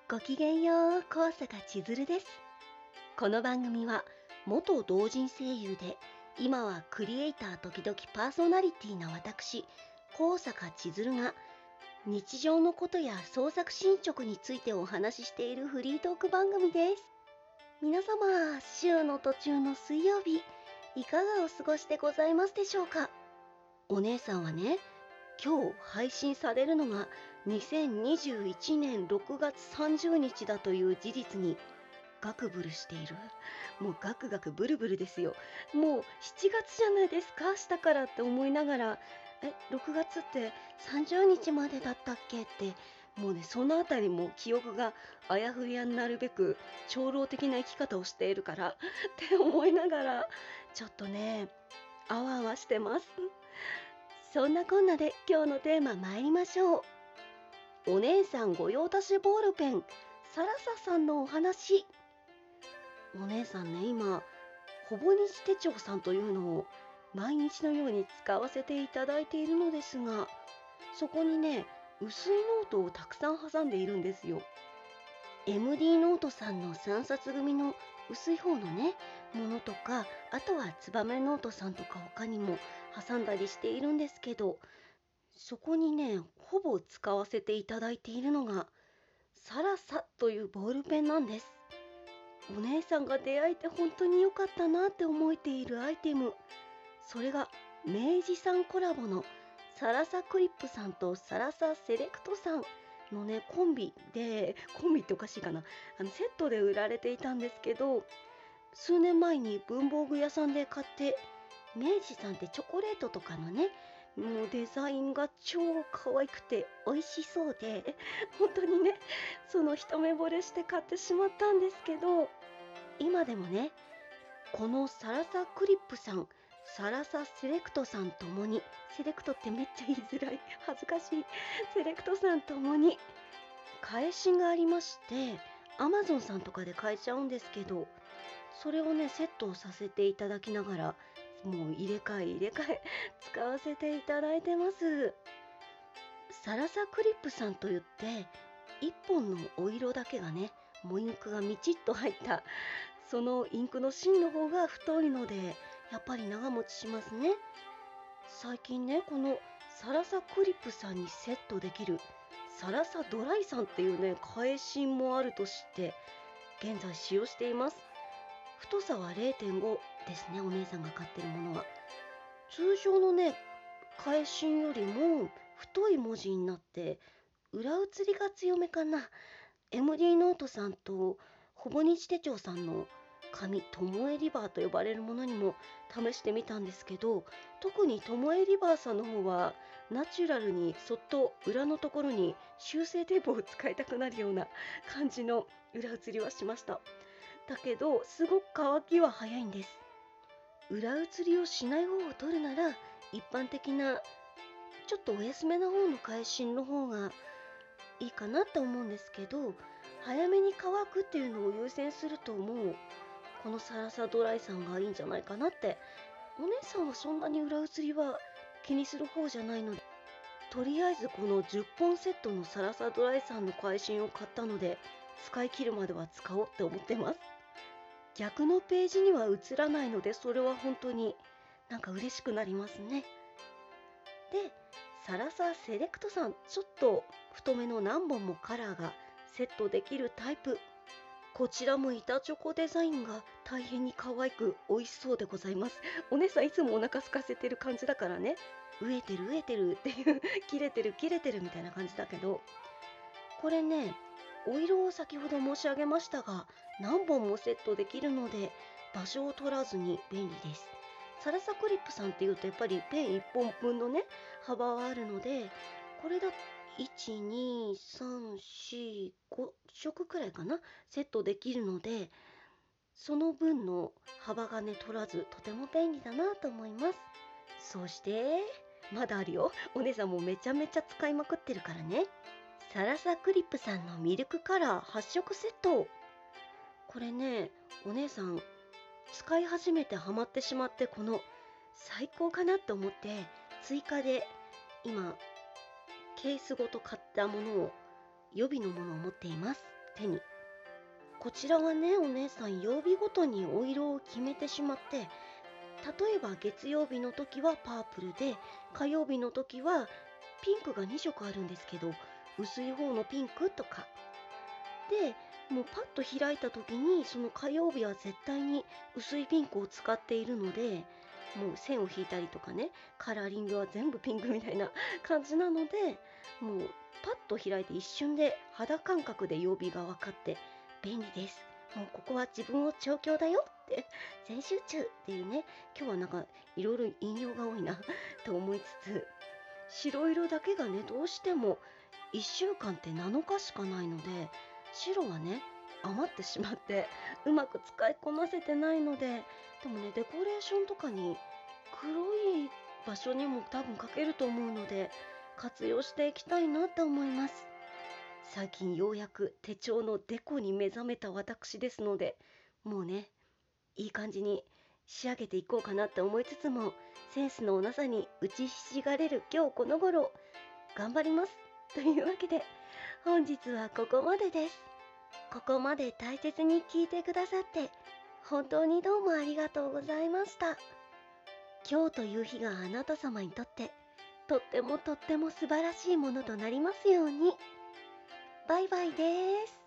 ごきげんよう、高坂千鶴です。この番組は元同人声優で今はクリエイター時々パーソナリティな私、高坂千鶴が日常のことや創作進捗についてお話ししているフリートーク番組です。皆様、週の途中の水曜日、いかがお過ごしでございますでしょうか。お姉さんはね、今日配信されるのが2021年6月30日だという事実にガクブルしている。もうガクガクブルブルですよ。もう7月じゃないですか、明日からって思いながら、6月って30日までだったっけって、もうね、そのあたりも記憶があやふやになるべく長老的な生き方をしているからって思いながら、ちょっとね、あわあわしてます。そんなこんなで今日のテーマ参りましょう。お姉さん御用達ボールペン、サラサさんのお話。お姉さんね、今、ほぼ日手帳さんというのを毎日のように使わせていただいているのですが、そこにね、薄いノートをたくさん挟んでいるんですよ。MD ノートさんの3冊組の薄い方のね、ものとか、あとはツバメノートさんとか他にも挟んだりしているんですけど、そこにね、ほぼ使わせていただいているのが、サラサというボールペンなんです。お姉さんが出会えて本当に良かったなって思えているアイテム。それが、明治さんコラボのサラサクリップさんとサラサセレクトさんのね、コンビっておかしいかな。セットで売られていたんですけど、数年前に文房具屋さんで買って、明治さんってチョコレートとかのね、もうデザインが超可愛くて美味しそうで、本当にね、その一目惚れして買ってしまったんですけど、今でもね、このサラサクリップさん、サラサセレクトさんともに、セレクトってめっちゃ言いづらい、恥ずかしい、セレクトさんともに、返しがありまして、アマゾンさんとかで買えちゃうんですけど、それをね、セットをさせていただきながら、もう入れ替え使わせていただいてます。サラサクリップさんといって、1本のお色だけがね、もうインクがみちっと入った、そのインクの芯の方が太いので、やっぱり長持ちしますね。最近ね、このサラサクリップさんにセットできるサラサドライさんっていうね、返しもあると知って、現在使用しています。太さは0.5ですね、お姉さんが買ってるものは。通常のね、返しよりも太い文字になって、裏写りが強めかな。MD ノートさんとほぼ日手帳さんの紙、トモエリバーと呼ばれるものにも試してみたんですけど、特にトモエリバーさんの方はナチュラルにそっと裏のところに修正テープを使いたくなるような感じの裏写りはしました。だけど、すごく乾きは早いんです。裏写りをしない方を取るなら、一般的なちょっとお安めな方の返しの方がいいかなと思うんですけど、早めに乾くっていうのを優先すると、もうこのサラサドライさんがいいんじゃないかなって。お姉さんはそんなに裏写りは気にする方じゃないので、とりあえずこの10本セットのサラサドライさんの返しを買ったので、使い切るまでは使おうって思ってます。逆のページには映らないので、それは本当になんか嬉しくなりますね。で、サラサセレクトさん、ちょっと太めの何本もカラーがセットできるタイプ。こちらも板チョコデザインが大変に可愛く美味しそうでございます。お姉さんいつもお腹空かせてる感じだからね、飢えてる飢えてるっていう切れてる切れてるみたいな感じだけど、これね、お色を先ほど申し上げましたが、何本もセットできるので、場所を取らずに便利です。サラサクリップさんっていうと、やっぱりペン1本分のね、幅はあるので、これだ1、2、3、4、5色くらいかな、セットできるので、その分の幅がね、取らず、とても便利だなと思います。そして、まだあるよ。お姉さんもめちゃめちゃ使いまくってるからね。サラサクリップさんのミルクカラー8色セット。これね、お姉さん使い始めてハマってしまって、この最高かなと思って追加で今ケースごと買ったものを予備のものを持っています。 手に。こちらはね、お姉さん曜日ごとにお色を決めてしまって、例えば月曜日の時はパープルで、火曜日の時はピンクが2色あるんですけど、薄い方のピンクとかで、もうパッと開いた時にその火曜日は絶対に薄いピンクを使っているので、もう線を引いたりとかね、カラーリングは全部ピンクみたいな感じなので、もうパッと開いて一瞬で肌感覚で曜日が分かって便利です。もうここは自分を調教だよって全集中っていうね。今日はなんかいろいろ引用が多いなと思いつつ、白色だけがね、どうしても1週間って7日しかないので、白はね余ってしまってうまく使いこなせてないので、でもね、デコレーションとかに黒い場所にも多分かけると思うので、活用していきたいなと思います。最近ようやく手帳のデコに目覚めた私ですので、もうね、いい感じに仕上げていこうかなって思いつつも、センスのなさに打ちひしがれる今日この頃、頑張ります。というわけで、本日はここまでです。ここまで大切に聞いてくださって、本当にどうもありがとうございました。今日という日があなた様にとって、とってもとっても素晴らしいものとなりますように。バイバイです。